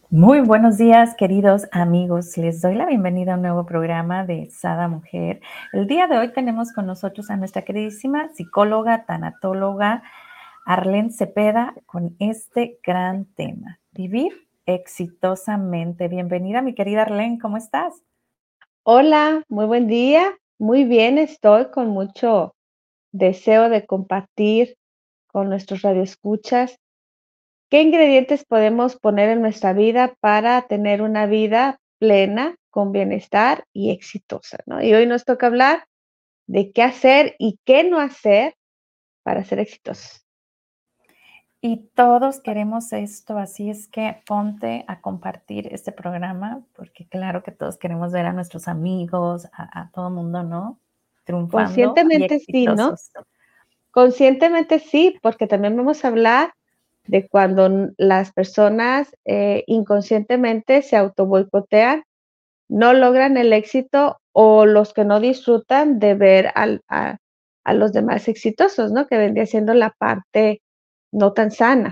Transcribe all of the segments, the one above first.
Muy buenos días, queridos amigos. Les doy la bienvenida a un nuevo programa de Sada Mujer. El día de hoy tenemos con nosotros a nuestra queridísima psicóloga, tanatóloga, Arlene Cepeda, con este gran tema, vivir exitosamente. Bienvenida, mi querida Arlene, ¿cómo estás? Hola, muy buen día. Muy bien, estoy con mucho deseo de compartir con nuestros radioescuchas qué ingredientes podemos poner en nuestra vida para tener una vida plena, con bienestar y exitosa, ¿no? Y hoy nos toca hablar de qué hacer y qué no hacer para ser exitosos. Y todos queremos esto, así es que ponte a compartir este programa, porque claro que todos queremos ver a nuestros amigos, a todo mundo, ¿no? Triunfando y Conscientemente sí, ¿no? exitosos. Conscientemente sí, porque también vamos a hablar de cuando las personas inconscientemente se autoboicotean, no logran el éxito o los que no disfrutan de ver a los demás exitosos, ¿no? Que vendría siendo la parte no tan sana.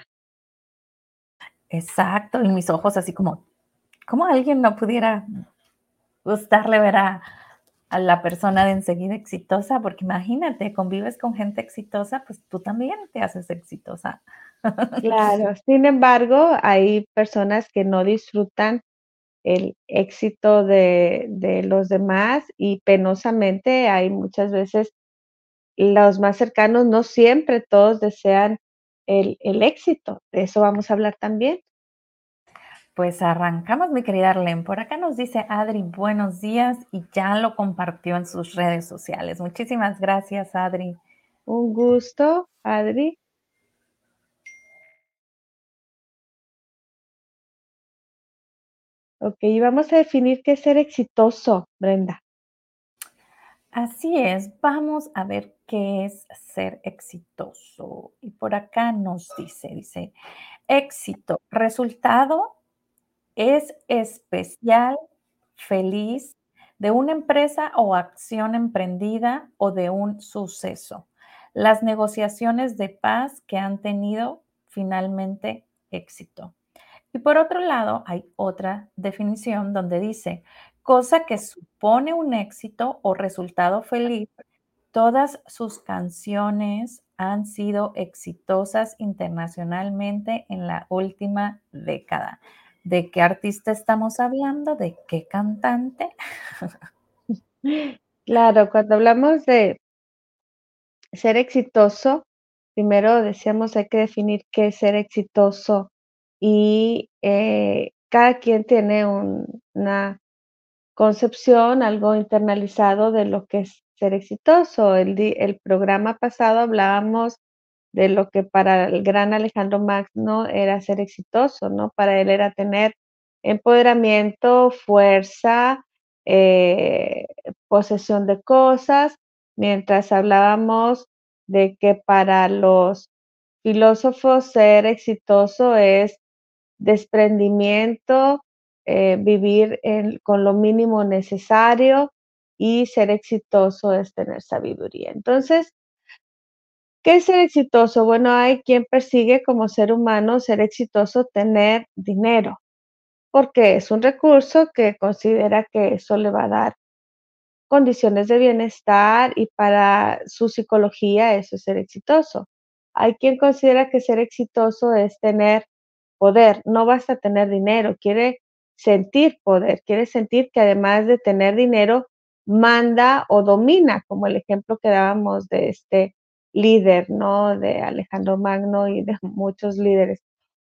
Exacto, y mis ojos así como, ¿cómo alguien no pudiera gustarle ver a la persona de enseguida exitosa? Porque imagínate, convives con gente exitosa, pues tú también te haces exitosa. Claro, sin embargo, hay personas que no disfrutan el éxito de los demás y penosamente hay muchas veces los más cercanos, no siempre todos desean el éxito. De eso vamos a hablar también. Pues arrancamos, mi querida Arlen. Por acá nos dice Adri, buenos días, y ya lo compartió en sus redes sociales. Muchísimas gracias, Adri. Un gusto, Adri. Okey, vamos a definir qué es ser exitoso, Brenda. Así es, vamos a ver qué es ser exitoso. Y por acá nos dice, éxito, resultado es especial, feliz, de una empresa o acción emprendida o de un suceso. Las negociaciones de paz que han tenido finalmente éxito. Y por otro lado, hay otra definición donde dice, cosa que supone un éxito o resultado feliz. Todas sus canciones han sido exitosas internacionalmente en la última década. ¿De qué artista estamos hablando? ¿De qué cantante? Claro, cuando hablamos de ser exitoso, primero decíamos hay que definir qué es ser exitoso y, cada quien tiene una concepción, algo internalizado de lo que es ser exitoso. El programa pasado hablábamos de lo que para el gran Alejandro Magno era ser exitoso, ¿no? Para él era tener empoderamiento, fuerza, eh, posesión de cosas, mientras hablábamos de que para los filósofos ser exitoso es desprendimiento, vivir con lo mínimo necesario y ser exitoso es tener sabiduría. Entonces, ¿qué es ser exitoso? Bueno, hay quien persigue como ser humano ser exitoso, tener dinero, porque es un recurso que considera que eso le va a dar condiciones de bienestar y para su psicología eso es ser exitoso. Hay quien considera que ser exitoso es tener poder, no basta tener dinero, quiere sentir poder, quiere sentir que además de tener dinero, manda o domina, como el ejemplo que dábamos de este líder, ¿no? De Alejandro Magno y de muchos líderes.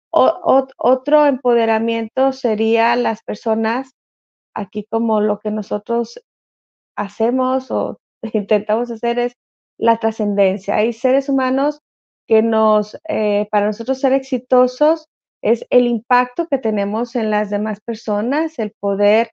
Otro empoderamiento sería las personas, aquí como lo que nosotros hacemos o intentamos hacer es la trascendencia. Hay seres humanos que para nosotros ser exitosos es el impacto que tenemos en las demás personas, el poder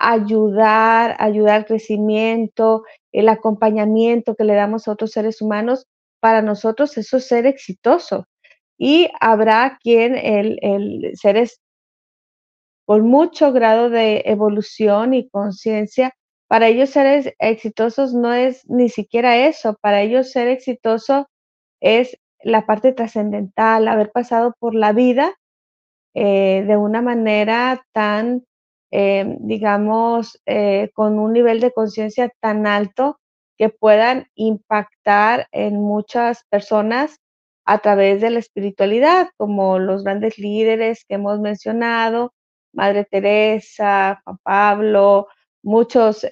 ayudar al crecimiento, el acompañamiento que le damos a otros seres humanos. Para nosotros eso es ser exitoso. Y habrá quien el seres con mucho grado de evolución y conciencia. Para ellos ser exitosos no es ni siquiera eso, para ellos ser exitoso es la parte trascendental, haber pasado por la vida de una manera tan, digamos, con un nivel de conciencia tan alto que puedan impactar en muchas personas a través de la espiritualidad, como los grandes líderes que hemos mencionado, Madre Teresa, Juan Pablo, muchos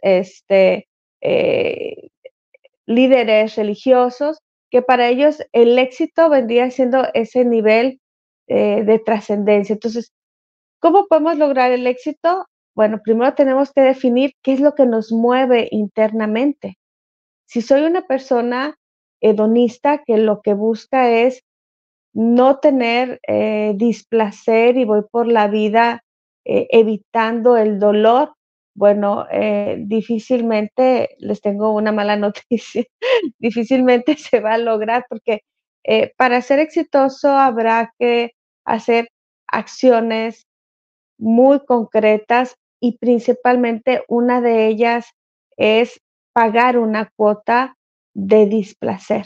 eh, líderes religiosos, que para ellos el éxito vendría siendo ese nivel de trascendencia. Entonces, ¿cómo podemos lograr el éxito? Bueno, primero tenemos que definir qué es lo que nos mueve internamente. Si soy una persona hedonista que lo que busca es no tener displacer y voy por la vida evitando el dolor, bueno, difícilmente les tengo una mala noticia, difícilmente se va a lograr porque para ser exitoso habrá que hacer acciones muy concretas y principalmente una de ellas es pagar una cuota de displacer.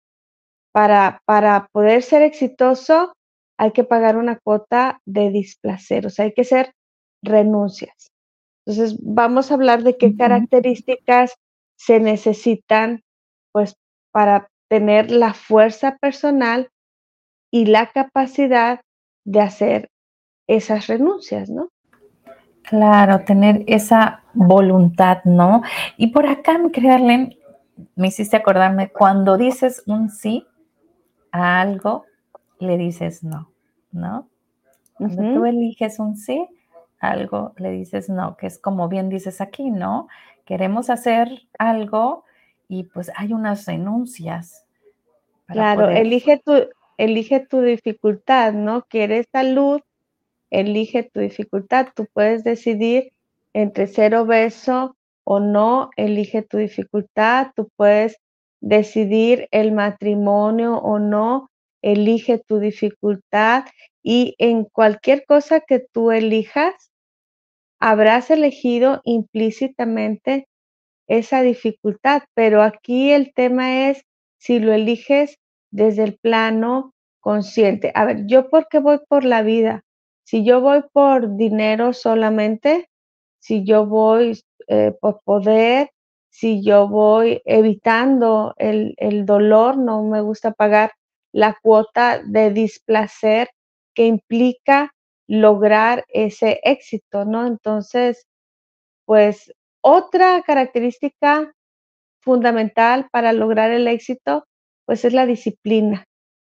Para poder ser exitoso hay que pagar una cuota de displacer, o sea, hay que hacer renuncias. Entonces, vamos a hablar de qué Ujú. características se necesitan, pues, para tener la fuerza personal y la capacidad de hacer esas renuncias, ¿no? Claro, tener esa voluntad, ¿no? Y por acá, mi querida Arlene, me hiciste acordarme, cuando dices un sí a algo, le dices no, ¿no? Cuando tú Ujú. eliges un sí, a algo le dices no, que es como bien dices aquí, ¿no? Queremos hacer algo y pues hay unas renuncias para Claro, poder. elige tu dificultad, ¿no? ¿Quieres salud? Elige tu dificultad. Tú puedes decidir entre ser obeso o no, elige tu dificultad. Tú puedes decidir el matrimonio o no, elige tu dificultad. Y en cualquier cosa que tú elijas, habrás elegido implícitamente esa dificultad, pero aquí el tema es si lo eliges desde el plano consciente. A ver, ¿yo por qué voy por la vida? Si yo voy por dinero solamente, si yo voy por poder, si yo voy evitando el dolor, no me gusta pagar la cuota de displacer que implica lograr ese éxito, ¿no? Entonces, pues otra característica fundamental para lograr el éxito, pues es la disciplina.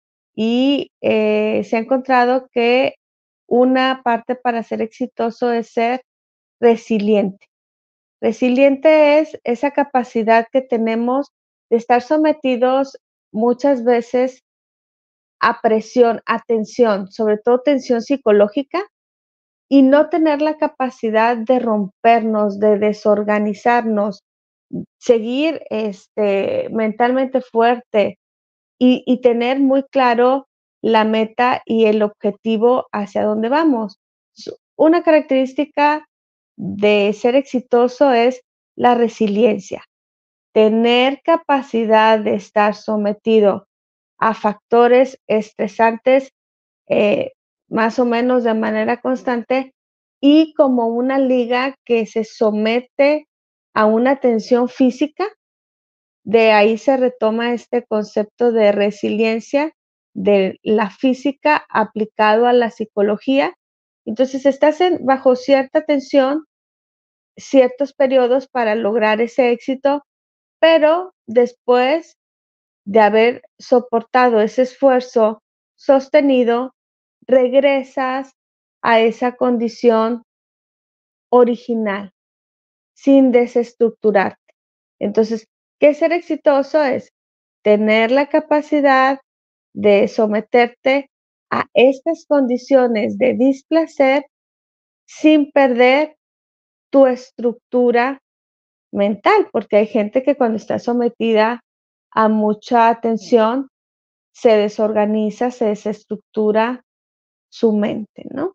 Y se ha encontrado que una parte para ser exitoso es ser resiliente. Resiliente es esa capacidad que tenemos de estar sometidos muchas veces a presión, a tensión, sobre todo tensión psicológica, y no tener la capacidad de rompernos, de desorganizarnos, seguir, mentalmente fuerte y tener muy claro la meta y el objetivo hacia dónde vamos. Una característica de ser exitoso es la resiliencia, tener capacidad de estar sometido a factores estresantes eh, más o menos de manera constante y como una liga que se somete a una tensión física, de ahí se retoma este concepto de resiliencia de la física aplicado a la psicología. Entonces estás bajo cierta tensión, ciertos periodos para lograr ese éxito, pero después de haber soportado ese esfuerzo sostenido, regresas a esa condición original, sin desestructurarte. Entonces, ¿qué es ser exitoso? Es tener la capacidad de someterte a estas condiciones de displacer sin perder tu estructura mental, porque hay gente que cuando está sometida a mucha tensión se desorganiza, se desestructura su mente, ¿no?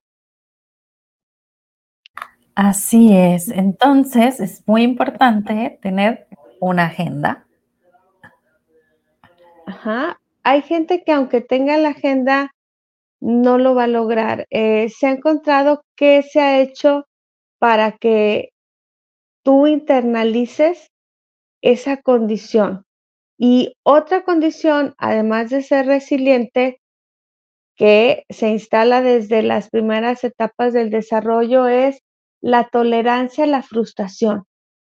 Así es. Entonces, es muy importante tener una agenda. Ajá. Hay gente que aunque tenga la agenda no lo va a lograr. Se ha encontrado qué se ha hecho para que tú internalices esa condición. Y otra condición, además de ser resiliente, que se instala desde las primeras etapas del desarrollo, es la tolerancia a la frustración.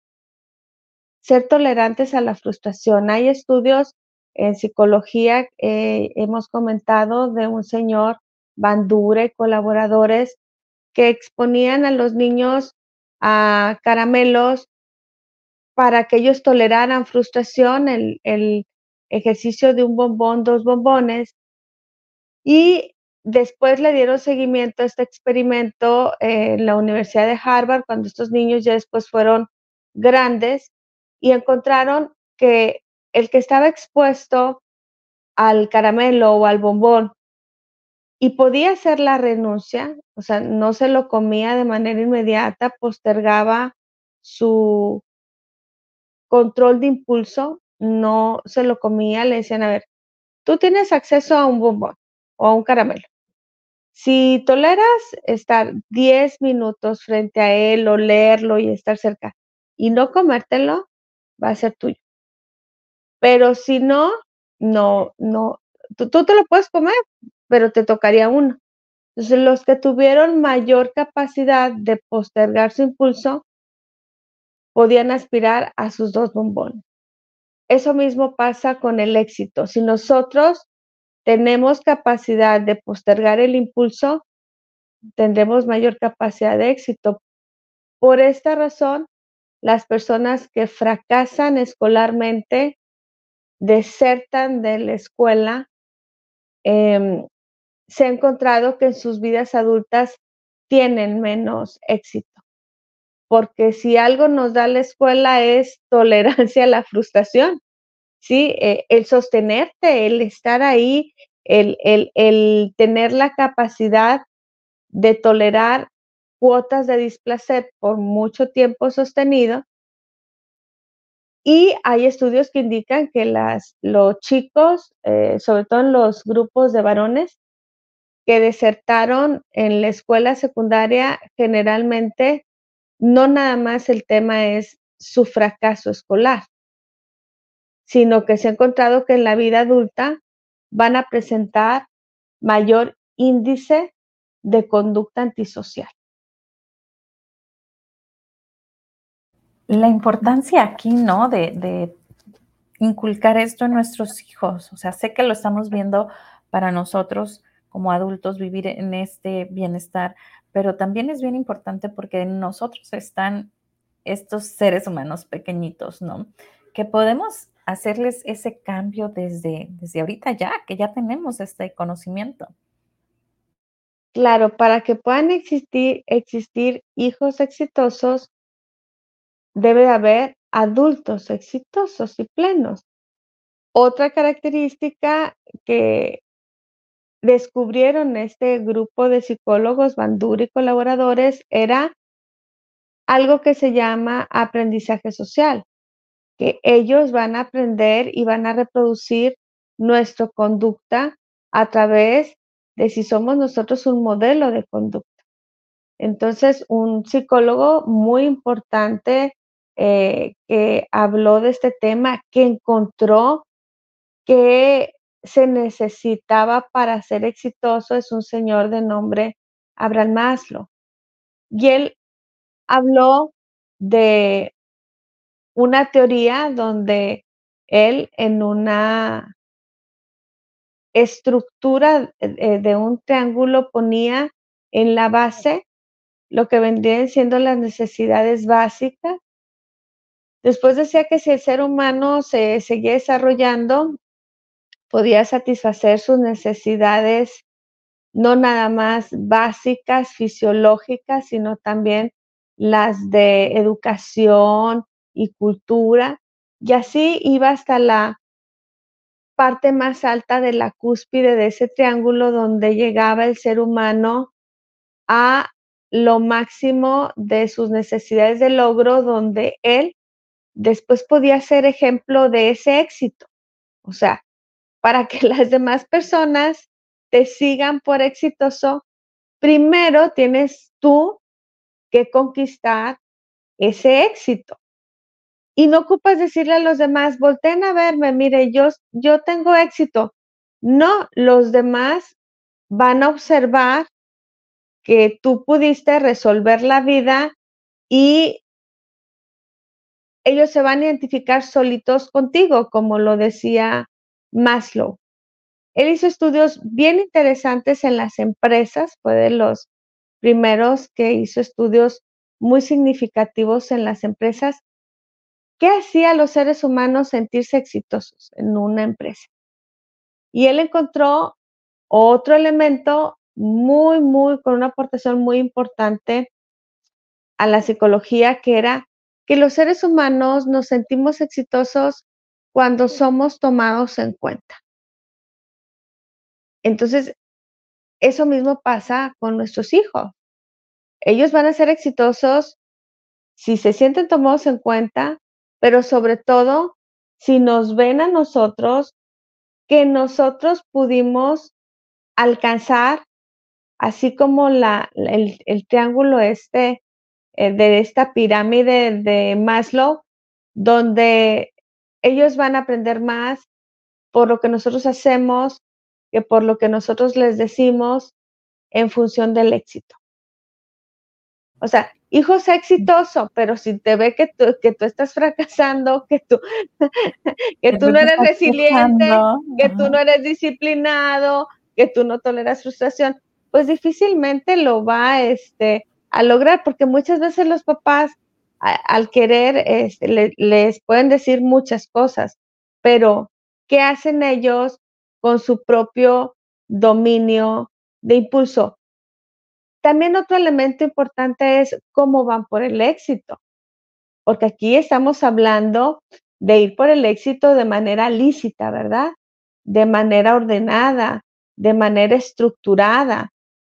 Ser tolerantes a la frustración. Hay estudios en psicología, hemos comentado de un señor, Bandura y colaboradores, que exponían a los niños a caramelos para que ellos toleraran frustración, el ejercicio de un bombón, 2 bombones, y después le dieron seguimiento a este experimento en la Universidad de Harvard, cuando estos niños ya después fueron grandes, y encontraron que el que estaba expuesto al caramelo o al bombón y podía hacer la renuncia, o sea, no se lo comía de manera inmediata, postergaba su control de impulso, no se lo comía, le decían: "A ver, tú tienes acceso a un bombón o a un caramelo. Si toleras estar 10 minutos frente a él, olerlo y estar cerca, y no comértelo, va a ser tuyo. Pero si no, no, tú te lo puedes comer, pero te tocaría uno". Entonces, los que tuvieron mayor capacidad de postergar su impulso, podían aspirar a sus 2 bombones. Eso mismo pasa con el éxito. Si nosotros tenemos capacidad de postergar el impulso, tendremos mayor capacidad de éxito. Por esta razón, las personas que fracasan escolarmente, desertan de la escuela, em, se ha encontrado que en sus vidas adultas tienen menos éxito, porque si algo nos da la escuela es tolerancia a la frustración, ¿sí? El sostenerte, el estar ahí, el tener la capacidad de tolerar cuotas de displacer por mucho tiempo sostenido. Y hay estudios que indican que los chicos, sobre todo en los grupos de varones, que desertaron en la escuela secundaria, generalmente, no nada más el tema es su fracaso escolar, sino que se ha encontrado que en la vida adulta van a presentar mayor índice de conducta antisocial. La importancia aquí, ¿no? De inculcar esto en nuestros hijos. O sea, sé que lo estamos viendo para nosotros como adultos, vivir en este bienestar, pero también es bien importante porque en nosotros están estos seres humanos pequeñitos, ¿no? Que podemos hacerles ese cambio desde ahorita ya, que ya tenemos este conocimiento. Claro, para que puedan existir hijos exitosos, debe de haber adultos exitosos y plenos. Otra característica que descubrieron este grupo de psicólogos, Bandura y colaboradores, era algo que se llama aprendizaje social, que ellos van a aprender y van a reproducir nuestra conducta a través de si somos nosotros un modelo de conducta. Entonces, un psicólogo muy importante, que habló de este tema, que encontró que se necesitaba para ser exitoso, es un señor de nombre Abraham Maslow. Y él habló de una teoría donde él, en una estructura, de un triángulo, ponía en la base lo que vendrían siendo las necesidades básicas. Después decía que si el ser humano se seguía desarrollando, podía satisfacer sus necesidades, no nada más básicas, fisiológicas, sino también las de educación y cultura. Y así iba hasta la parte más alta de la cúspide de ese triángulo donde llegaba el ser humano a lo máximo de sus necesidades de logro, donde él después podía ser ejemplo de ese éxito. O sea, para que las demás personas te sigan por exitoso, primero tienes tú que conquistar ese éxito. Y no ocupas decirle a los demás, volteen a verme, mire, yo tengo éxito. No, los demás van a observar que tú pudiste resolver la vida y ellos se van a identificar solitos contigo, como lo decía Maslow. Él hizo estudios bien interesantes en las empresas, fue de los primeros que hizo estudios muy significativos en las empresas. ¿Qué hacía a los seres humanos sentirse exitosos en una empresa? Y él encontró otro elemento con una aportación muy importante a la psicología, que era que los seres humanos nos sentimos exitosos cuando somos tomados en cuenta. Entonces, eso mismo pasa con nuestros hijos. Ellos van a ser exitosos si se sienten tomados en cuenta, pero sobre todo si nos ven a nosotros, que nosotros pudimos alcanzar, así como el triángulo de esta pirámide de Maslow, donde ellos van a aprender más por lo que nosotros hacemos que por lo que nosotros les decimos en función del éxito. O sea, hijo, sé exitoso, pero si te ve que tú estás fracasando, que tú Siempre no te eres estás resiliente, quejando. que tú Ajá. no eres disciplinado, que tú no toleras frustración, pues difícilmente lo va, a lograr, porque muchas veces los papás al querer, les pueden decir muchas cosas, pero ¿qué hacen ellos con su propio dominio de impulso? También otro elemento importante es cómo van por el éxito, porque aquí estamos hablando de ir por el éxito de manera lícita, ¿verdad? De manera ordenada, de manera estructurada.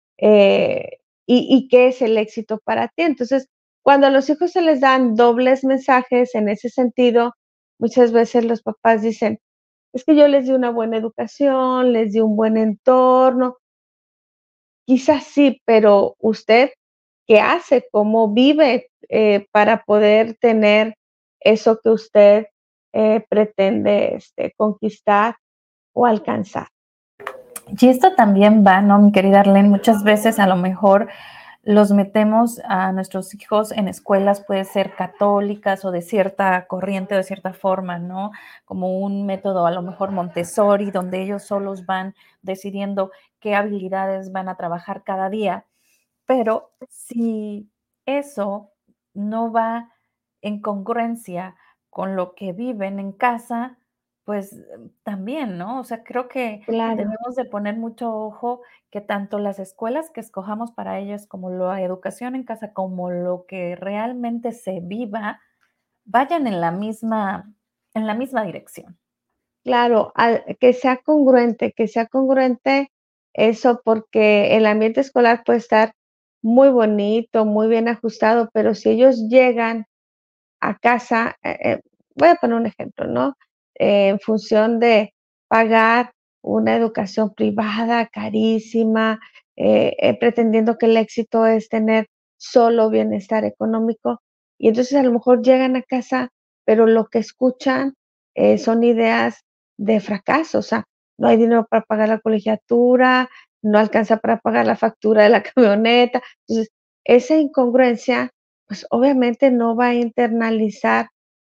¿Y qué es el éxito para ti? Entonces, cuando a los hijos se les dan dobles mensajes en ese sentido, muchas veces los papás dicen, es que yo les di una buena educación, les di un buen entorno. Quizás sí, pero usted, ¿qué hace? ¿Cómo vive, para poder tener eso que usted, pretende, conquistar o alcanzar? Y esto también va, ¿no, mi querida Arlene? Muchas veces a lo mejor los metemos a nuestros hijos en escuelas, puede ser católicas o de cierta corriente, de cierta forma, ¿no? Como un método a lo mejor Montessori, donde ellos solos van decidiendo qué habilidades van a trabajar cada día. Pero si eso no va en congruencia con lo que viven en casa, pues también, ¿no? O sea, creo que Claro. debemos de poner mucho ojo que tanto las escuelas que escojamos para ellos, como la educación en casa, como lo que realmente se viva, vayan en la misma dirección. Claro, que sea congruente eso, porque el ambiente escolar puede estar muy bonito, muy bien ajustado, pero si ellos llegan a casa, voy a poner un ejemplo, ¿no? En función de pagar una educación privada carísima, pretendiendo que el éxito es tener solo bienestar económico, y entonces a lo mejor llegan a casa, pero lo que escuchan, son ideas de fracaso, o sea, no hay dinero para pagar la colegiatura, no alcanza para pagar la factura de la camioneta. Entonces, esa incongruencia, pues, obviamente no va a internalizar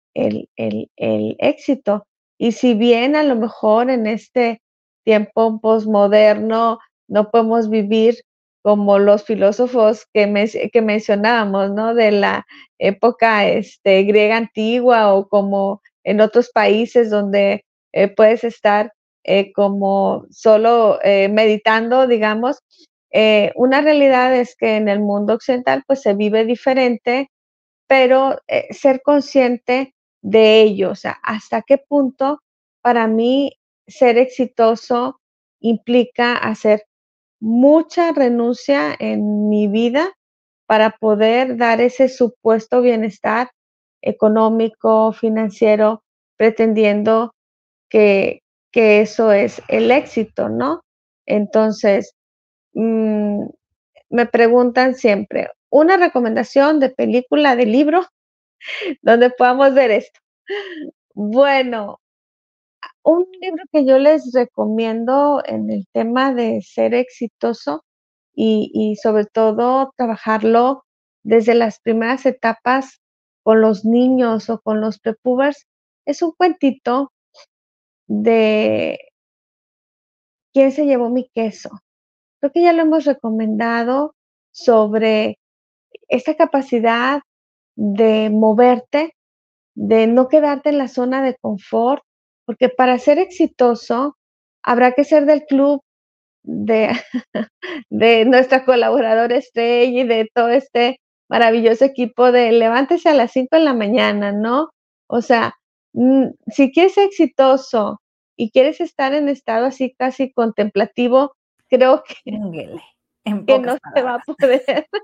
el éxito. Y si bien a lo mejor en este tiempo posmoderno no podemos vivir como los filósofos que mencionábamos, ¿no? De la época, griega antigua, o como en otros países donde, puedes estar, como solo, meditando, digamos. Una realidad es que en el mundo occidental, pues, se vive diferente, pero, ser consciente de ello, o sea, hasta qué punto para mí ser exitoso implica hacer mucha renuncia en mi vida para poder dar ese supuesto bienestar económico, financiero, pretendiendo que eso es el éxito, ¿no? Entonces, mm, me preguntan siempre, una recomendación de película, de libro, donde podamos ver esto. Bueno, un libro que yo les recomiendo en el tema de ser exitoso y sobre todo trabajarlo desde las primeras etapas con los niños o con los prepubers, es un cuentito de ¿Quién se llevó mi queso? Creo que ya lo hemos recomendado sobre esta capacidad de moverte, de no quedarte en la zona de confort, porque para ser exitoso habrá que ser del club de de nuestra colaboradora estrella y de todo este maravilloso equipo de levántese a las 5 de la mañana, ¿no? O sea, si quieres ser exitoso y quieres estar en estado así casi contemplativo, creo que Ínguele, en que pocas no se va a palabras. poder.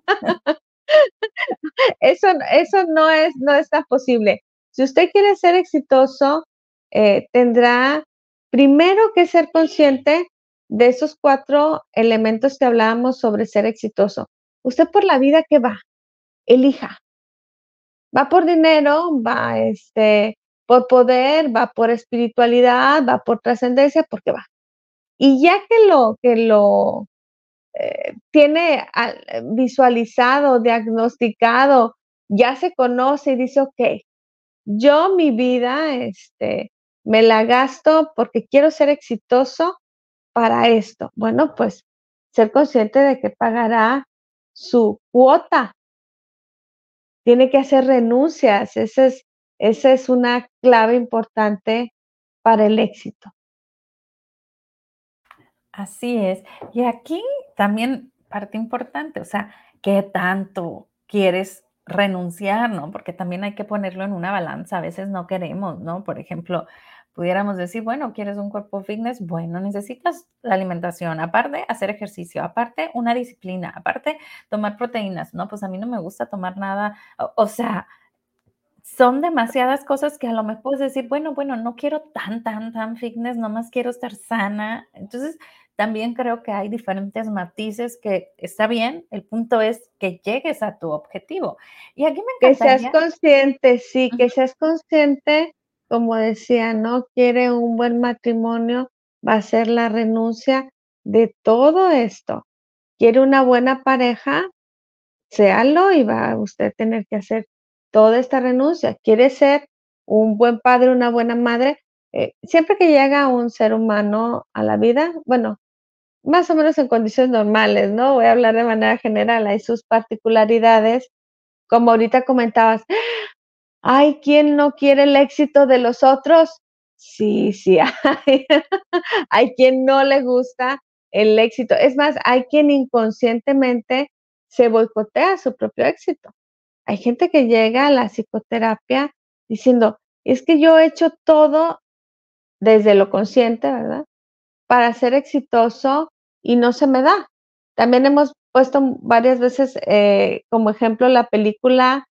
Eso no es tan posible. Si usted quiere ser exitoso, tendrá primero que ser consciente de esos 4 elementos que hablábamos sobre ser exitoso. Usted por la vida, ¿qué va? Elija. ¿Va por dinero? ¿Va, por poder? ¿Va por espiritualidad? ¿Va por trascendencia? ¿Por qué va? Y ya que lo tiene visualizado, diagnosticado, ya se conoce y dice, ok, yo mi vida me la gasto porque quiero ser exitoso para esto. Bueno, pues ser consciente de que pagará su cuota, tiene que hacer renuncias, esa es una clave importante para el éxito. Así es. Y aquí también parte importante, o sea, ¿qué tanto quieres renunciar, no? Porque también hay que ponerlo en una balanza. A veces no queremos, ¿no? Por ejemplo, pudiéramos decir, bueno, ¿quieres un cuerpo fitness? Bueno, necesitas la alimentación, aparte hacer ejercicio, aparte una disciplina, aparte tomar proteínas. No, pues a mí no me gusta tomar nada. O sea, son demasiadas cosas que a lo mejor puedes decir, bueno, no quiero tan fitness, nomás quiero estar sana. Entonces, también creo que hay diferentes matices que está bien, el punto es que llegues a tu objetivo. Y aquí me Que seas encantaría consciente, sí, ujú, que seas consciente, como decía, ¿no? Quiere un buen matrimonio, va a ser la renuncia de todo esto. Quiere una buena pareja, séalo y va a usted tener que hacer toda esta renuncia. Quiere ser un buen padre, una buena madre. Siempre que llega un ser humano a la vida, bueno, más o menos en condiciones normales, ¿no? Voy a hablar de manera general, hay sus particularidades, como ahorita comentabas, ay, ¿quién no quiere el éxito de los otros? Sí, sí hay. Hay quien no le gusta el éxito. Es más, hay quien inconscientemente se boicotea su propio éxito. Hay gente que llega a la psicoterapia diciendo, es que yo he hecho todo desde lo consciente, ¿verdad? Para ser exitoso y no se me da. También hemos puesto varias veces como ejemplo la película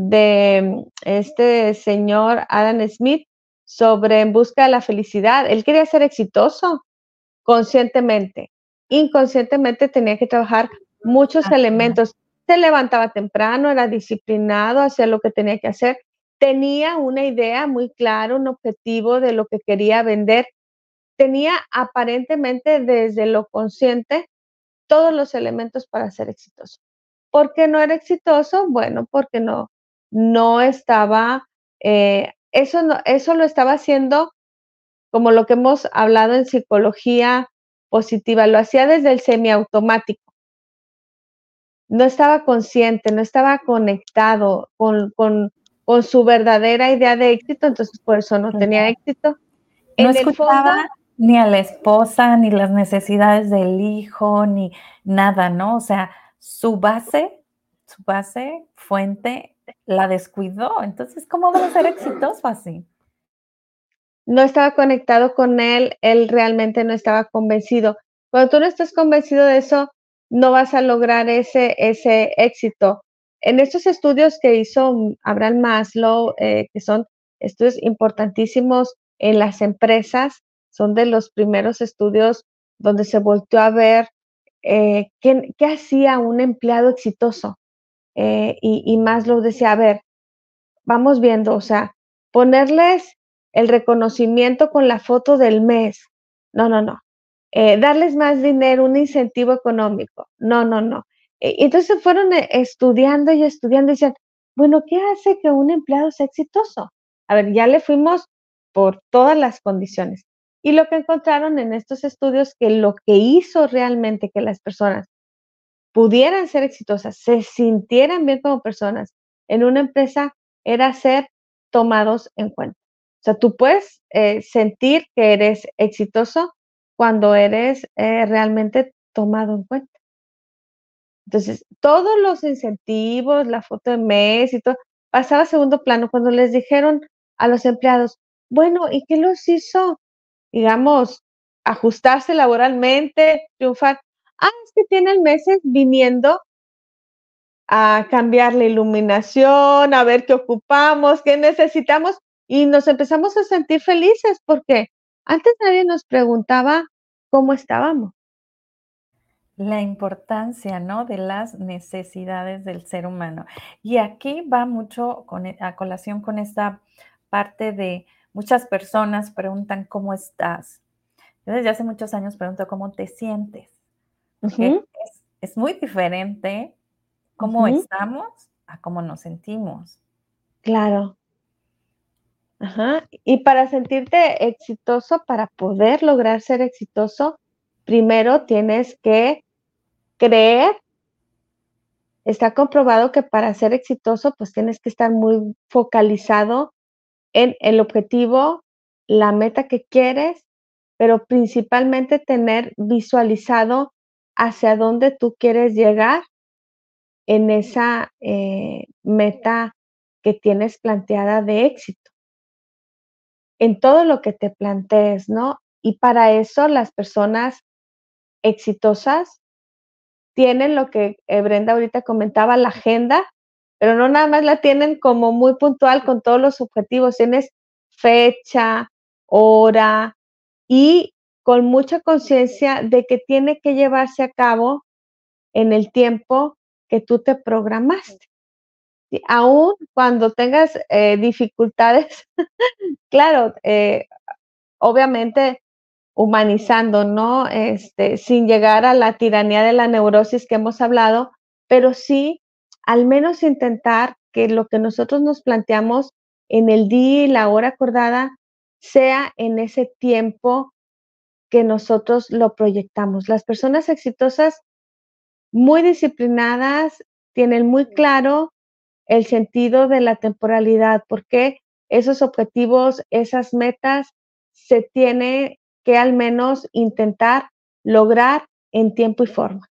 de este señor Adam Smith sobre En busca de la felicidad. Él quería ser exitoso conscientemente. Inconscientemente tenía que trabajar muchos así es. elementos. Se levantaba temprano, era disciplinado, hacía lo que tenía que hacer. Tenía una idea muy clara, un objetivo de lo que quería vender, tenía aparentemente desde lo consciente todos los elementos para ser exitoso. ¿Por qué no era exitoso? Bueno, porque no estaba, eso lo estaba haciendo como lo que hemos hablado en psicología positiva, lo hacía desde el semiautomático. No estaba consciente, no estaba conectado con su verdadera idea de éxito, entonces por eso no tenía éxito. No En el escuchaba fondo, ni a la esposa, ni las necesidades del hijo, ni nada, ¿no? O sea, su base, fuente, la descuidó. Entonces, ¿cómo va a ser exitoso así? no estaba conectado con él realmente no estaba convencido. Cuando tú no estás convencido de eso, no vas a lograr ese éxito. En estos estudios que hizo Abraham Maslow, que son estudios importantísimos en las empresas, son de los primeros estudios donde se volteó a ver qué hacía un empleado exitoso. Y Maslow decía, a ver, vamos viendo, o sea, ponerles el reconocimiento con la foto del mes. No, no, no. Darles más dinero, un incentivo económico. No, no, no. Entonces fueron estudiando y estudiando y decían, bueno, ¿qué hace que un empleado sea exitoso? A ver, ya le fuimos por todas las condiciones. Y lo que encontraron en estos estudios, que lo que hizo realmente que las personas pudieran ser exitosas, se sintieran bien como personas en una empresa, era ser tomados en cuenta. O sea, tú puedes sentir que eres exitoso cuando eres realmente tomado en cuenta. Entonces, todos los incentivos, la foto de mes y todo, pasaba a segundo plano cuando les dijeron a los empleados, bueno, ¿y qué los hizo, digamos, ajustarse laboralmente, triunfar? Ah, es que tienen meses viniendo a cambiar la iluminación, a ver qué ocupamos, qué necesitamos, y nos empezamos a sentir felices porque antes nadie nos preguntaba cómo estábamos. La importancia, ¿no?, de las necesidades del ser humano. Y aquí va mucho a colación con esta parte de muchas personas preguntan: "¿Cómo estás?". Yo desde hace muchos años pregunto: "¿Cómo te sientes?", porque Ujú, es muy diferente cómo ujú, estamos a cómo nos sentimos. claro, ajá. Y para sentirte exitoso, para poder lograr ser exitoso, primero tienes que creer. Está comprobado que para ser exitoso, pues tienes que estar muy focalizado en el objetivo, la meta que quieres, pero principalmente tener visualizado hacia dónde tú quieres llegar en esa meta que tienes planteada de éxito, en todo lo que te plantees, ¿no? Y para eso las personas exitosas tienen lo que Brenda ahorita comentaba, la agenda, pero no nada más la tienen como muy puntual con todos los objetivos, tienes fecha, hora y con mucha conciencia de que tiene que llevarse a cabo en el tiempo que tú te programaste. Y aún cuando tengas dificultades, claro, obviamente humanizando, ¿no? Sin llegar a la tiranía de la neurosis que hemos hablado, pero sí, al menos intentar que lo que nosotros nos planteamos en el día y la hora acordada sea en ese tiempo que nosotros lo proyectamos. Las personas exitosas, muy disciplinadas, tienen muy claro el sentido de la temporalidad, porque esos objetivos, esas metas se tiene que al menos intentar lograr en tiempo y forma.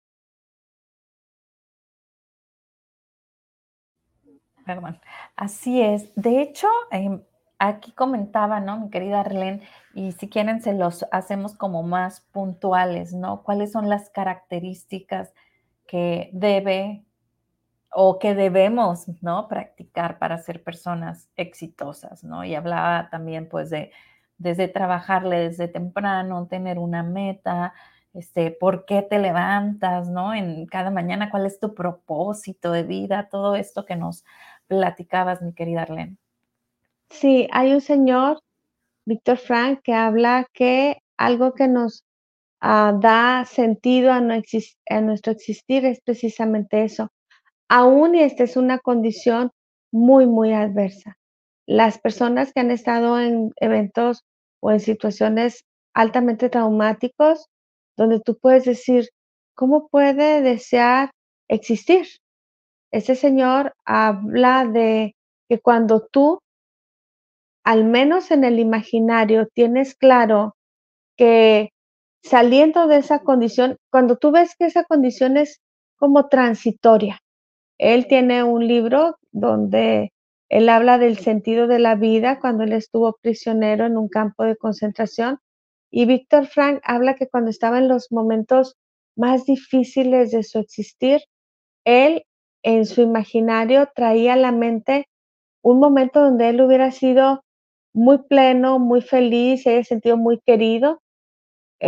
Perdón. Así es. De hecho, aquí comentaba, ¿no?, mi querida Arlene, y si quieren se los hacemos como más puntuales, ¿no? ¿Cuáles son las características que debe o que debemos, ¿no?, practicar para ser personas exitosas, ¿no? Y hablaba también, pues, de desde trabajarle desde temprano, tener una meta, por qué te levantas, ¿no?, en cada mañana, cuál es tu propósito de vida, todo esto que nos platicabas, mi querida Arlene. Sí, hay un señor, Víctor Frank, que habla que algo que nos da sentido a, a nuestro existir es precisamente eso. Aún y esta es una condición muy, muy adversa. Las personas que han estado en eventos o en situaciones altamente traumáticos, donde tú puedes decir, ¿cómo puede desear existir? Ese señor habla de que cuando tú, al menos en el imaginario, tienes claro que saliendo de esa condición, cuando tú ves que esa condición es como transitoria, él tiene un libro donde él habla del sentido de la vida cuando él estuvo prisionero en un campo de concentración. Y Víctor Frank habla que cuando estaba en los momentos más difíciles de su existir, él en su imaginario traía a la mente un momento donde él hubiera sido muy pleno, muy feliz, se haya sentido muy querido. Él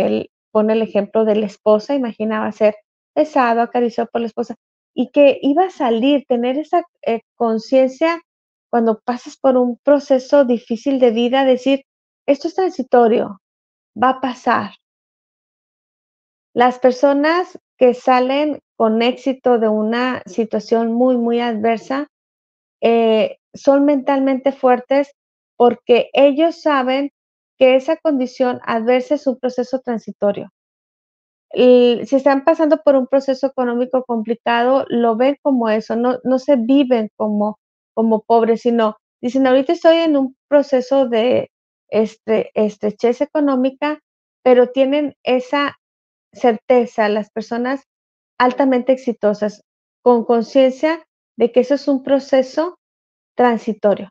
pone el ejemplo de la esposa, imaginaba ser besado, acariciado por la esposa, y que iba a salir, tener esa conciencia cuando pasas por un proceso difícil de vida, decir, esto es transitorio, va a pasar. Las personas que salen con éxito de una situación muy, muy adversa, son mentalmente fuertes porque ellos saben que esa condición adversa es un proceso transitorio. Y si están pasando por un proceso económico complicado, lo ven como eso, no se viven como pobres, sino dicen: "Ahorita estoy en un proceso de estrechez económica", pero tienen esa certeza, las personas altamente exitosas, con conciencia de que eso es un proceso transitorio.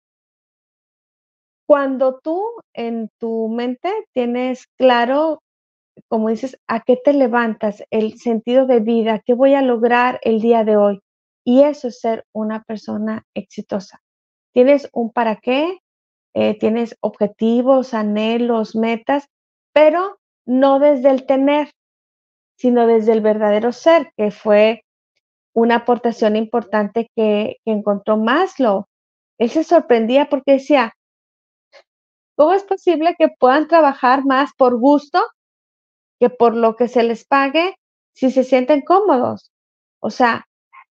Cuando tú en tu mente tienes claro, como dices, a qué te levantas, el sentido de vida, qué voy a lograr el día de hoy. Y eso es ser una persona exitosa. Tienes un para qué, tienes objetivos, anhelos, metas, pero no desde el tener, sino desde el verdadero ser, que fue una aportación importante que encontró Maslow. Él se sorprendía porque decía, ¿cómo es posible que puedan trabajar más por gusto que por lo que se les pague si se sienten cómodos? O sea,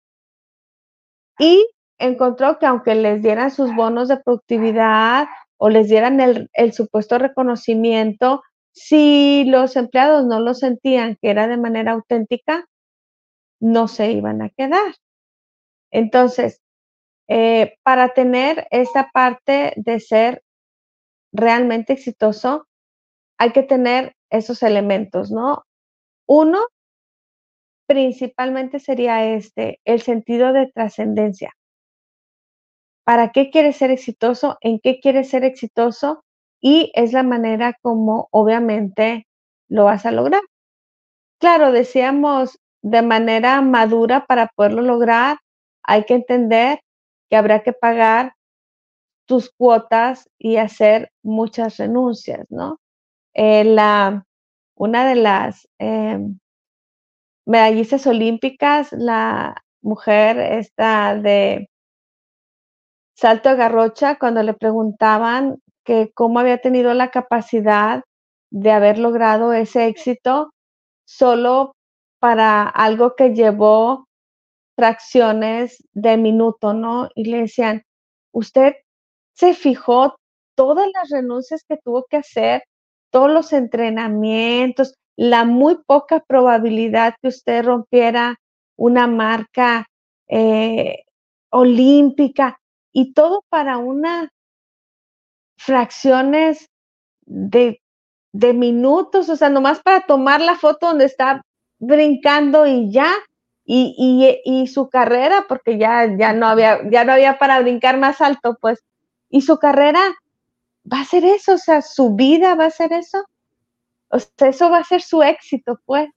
y encontró que aunque les dieran sus bonos de productividad o les dieran el supuesto reconocimiento, si los empleados no lo sentían que era de manera auténtica, no se iban a quedar. Entonces, para tener esta parte de ser realmente exitoso, hay que tener esos elementos, ¿no? Uno, principalmente sería el sentido de trascendencia. ¿Para qué quieres ser exitoso? ¿En qué quieres ser exitoso? Y es la manera como obviamente lo vas a lograr. Claro, decíamos de manera madura para poderlo lograr, hay que entender que habrá que pagar tus cuotas y hacer muchas renuncias, ¿no? La una de las, medallistas olímpicas, la mujer esta de salto de garrocha, cuando le preguntaban que cómo había tenido la capacidad de haber logrado ese éxito solo para algo que llevó fracciones de minuto, ¿no? Y le decían: "¿Usted se fijó todas las renuncias que tuvo que hacer, todos los entrenamientos, la muy poca probabilidad que usted rompiera una marca, eh, olímpica, y todo para una fracciones de minutos, o sea, nomás para tomar la foto donde está brincando y ya, y su carrera, porque ya no había para brincar más alto, pues, y su carrera va a ser eso, o sea, su vida va a ser eso, o sea, eso va a ser su éxito, pues.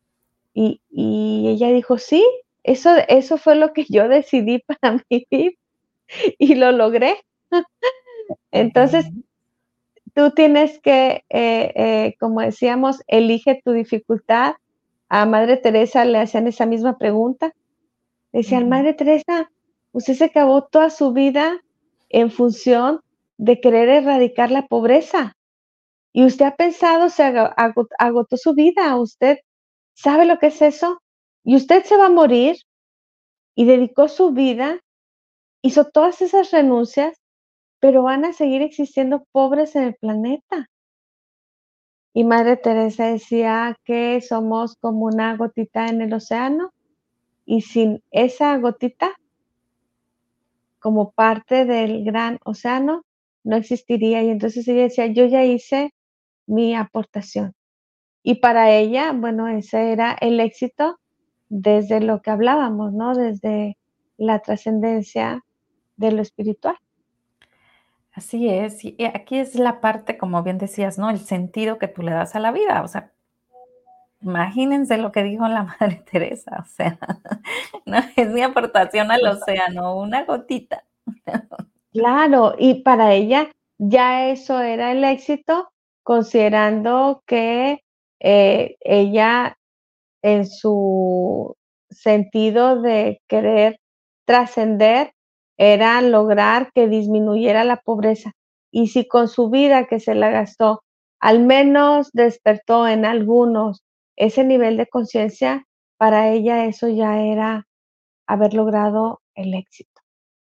Y ella dijo: "Sí, eso fue lo que yo decidí para mi vida y lo logré". Entonces, Okey. tú tienes que, como decíamos, elige tu dificultad. A Madre Teresa le hacían esa misma pregunta. Decían: Ujú. "Madre Teresa, usted se acabó toda su vida en función de querer erradicar la pobreza, y usted ha pensado, se agotó su vida, ¿usted sabe lo que es eso? Y usted se va a morir, y dedicó su vida, hizo todas esas renuncias, pero van a seguir existiendo pobres en el planeta". Y Madre Teresa decía que somos como una gotita en el océano, y sin esa gotita, como parte del gran océano, no existiría. Y entonces ella decía: "Yo ya hice mi aportación". Y para ella, bueno, ese era el éxito desde lo que hablábamos, ¿no? Desde la trascendencia de lo espiritual. Así es, y aquí es la parte, como bien decías, ¿no? El sentido que tú le das a la vida, o sea, imagínense lo que dijo la Madre Teresa, o sea, no, es mi aportación al Pues océano, una gotita. claro, y para ella ya eso era el éxito, considerando que ella en su sentido de querer trascender era lograr que disminuyera la pobreza. Y si con su vida que se la gastó, al menos despertó en algunos ese nivel de conciencia, para ella eso ya era haber logrado el éxito.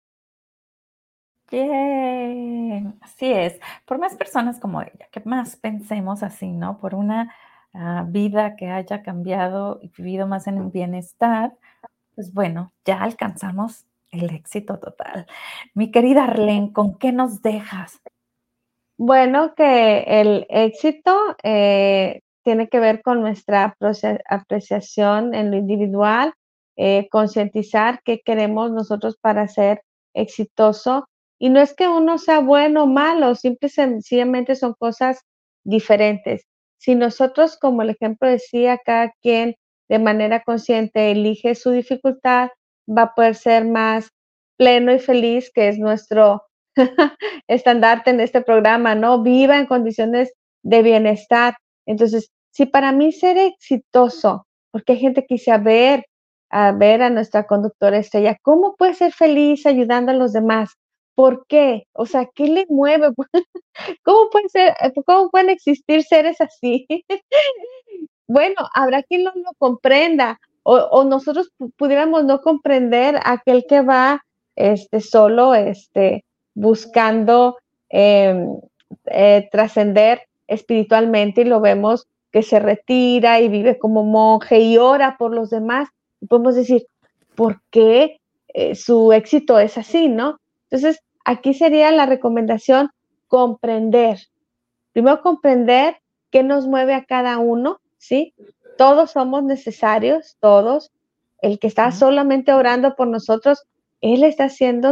Bien, así es. Por más personas como ella, que más pensemos así, ¿no? Por una vida que haya cambiado y vivido más en un bienestar, pues bueno, ya alcanzamos el éxito total. Mi querida Arlene, ¿con qué nos dejas? Bueno, que el éxito tiene que ver con nuestra apreciación en lo individual, concientizar qué queremos nosotros para ser exitoso. Y no es que uno sea bueno o malo, simple y sencillamente son cosas diferentes. Si nosotros, como el ejemplo decía, cada quien de manera consciente elige su dificultad, va a poder ser más pleno y feliz, que es nuestro estandarte en este programa, ¿no? Viva en condiciones de bienestar. Entonces, si para mí ser exitoso, porque hay gente que dice, a ver a nuestra conductora estrella, ¿cómo puede ser feliz ayudando a los demás? ¿Por qué? O sea, ¿qué le mueve? ¿Cómo puede ser, cómo pueden existir seres así? Bueno, habrá quien no lo comprenda, o nosotros pudiéramos no comprender a aquel que va, solo, buscando, em, trascender espiritualmente, y lo vemos que se retira y vive como monje y ora por los demás. Y podemos decir, ¿por qué, su éxito es así, no? Entonces, aquí sería la recomendación comprender. Primero, comprender qué nos mueve a cada uno, ¿sí? Todos somos necesarios, todos. El que está Ujú. solamente orando por nosotros, él está haciendo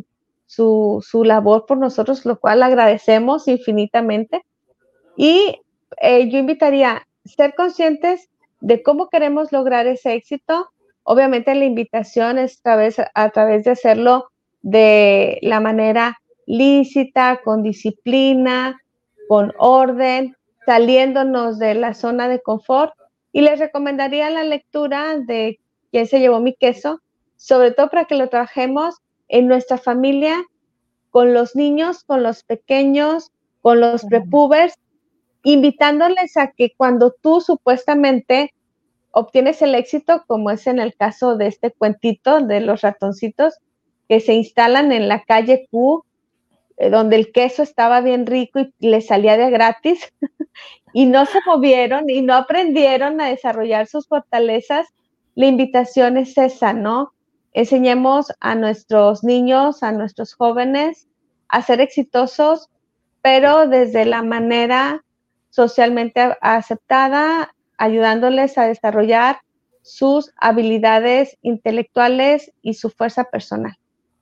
su labor por nosotros, lo cual agradecemos infinitamente. Y yo invitaría a ser conscientes de cómo queremos lograr ese éxito. Obviamente la invitación es a través de hacerlo de la manera lícita, con disciplina, con orden, saliéndonos de la zona de confort. Y les recomendaría la lectura de ¿Quién se llevó mi queso? Sobre todo para que lo trabajemos en nuestra familia, con los niños, con los pequeños, con los Claro. prepubers, invitándoles a que cuando tú supuestamente obtienes el éxito, como es en el caso de este cuentito de los ratoncitos que se instalan en la calle Q, donde el queso estaba bien rico y les salía de gratis, y no se movieron y no aprendieron a desarrollar sus fortalezas. La invitación es esa, ¿no? Enseñemos a nuestros niños, a nuestros jóvenes a ser exitosos, pero desde la manera socialmente aceptada, ayudándoles a desarrollar sus habilidades intelectuales y su fuerza personal.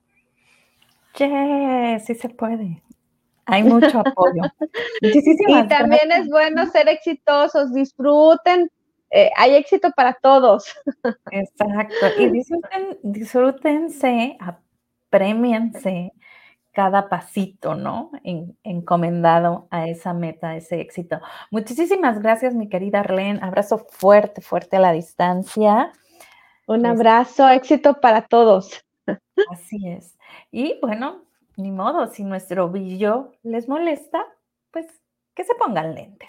Yes, sí se puede. Hay mucho apoyo. Y Muchísimas también es gracias. bueno ser exitosos, disfruten, hay éxito para todos. Exacto. Y disfrútense, aprémiense cada pasito, ¿no? Encomendado a esa meta, a ese éxito. Muchísimas gracias, mi querida Arlene. Abrazo fuerte, fuerte a la distancia. Un Es abrazo, éxito para todos. Así es. Y bueno, ni modo, si nuestro brillo les molesta, pues que se pongan lentes.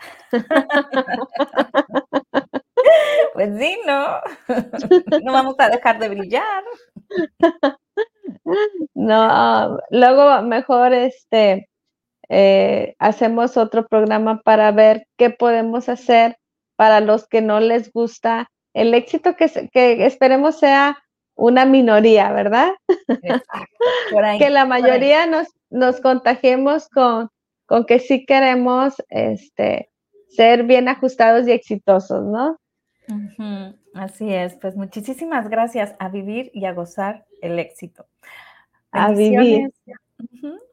Pues sí, ¿no? No vamos a dejar de brillar. No, luego mejor hacemos otro programa para ver qué podemos hacer para los que no les gusta el éxito, que esperemos sea una minoría, ¿verdad? Exacto, por Que ahí, la por ahí. mayoría nos contagiemos con que sí queremos ser bien ajustados y exitosos, ¿no? Ujú, así es, pues muchísimas gracias, a vivir y a gozar el éxito. A vivir. Bendiciones. Ujú.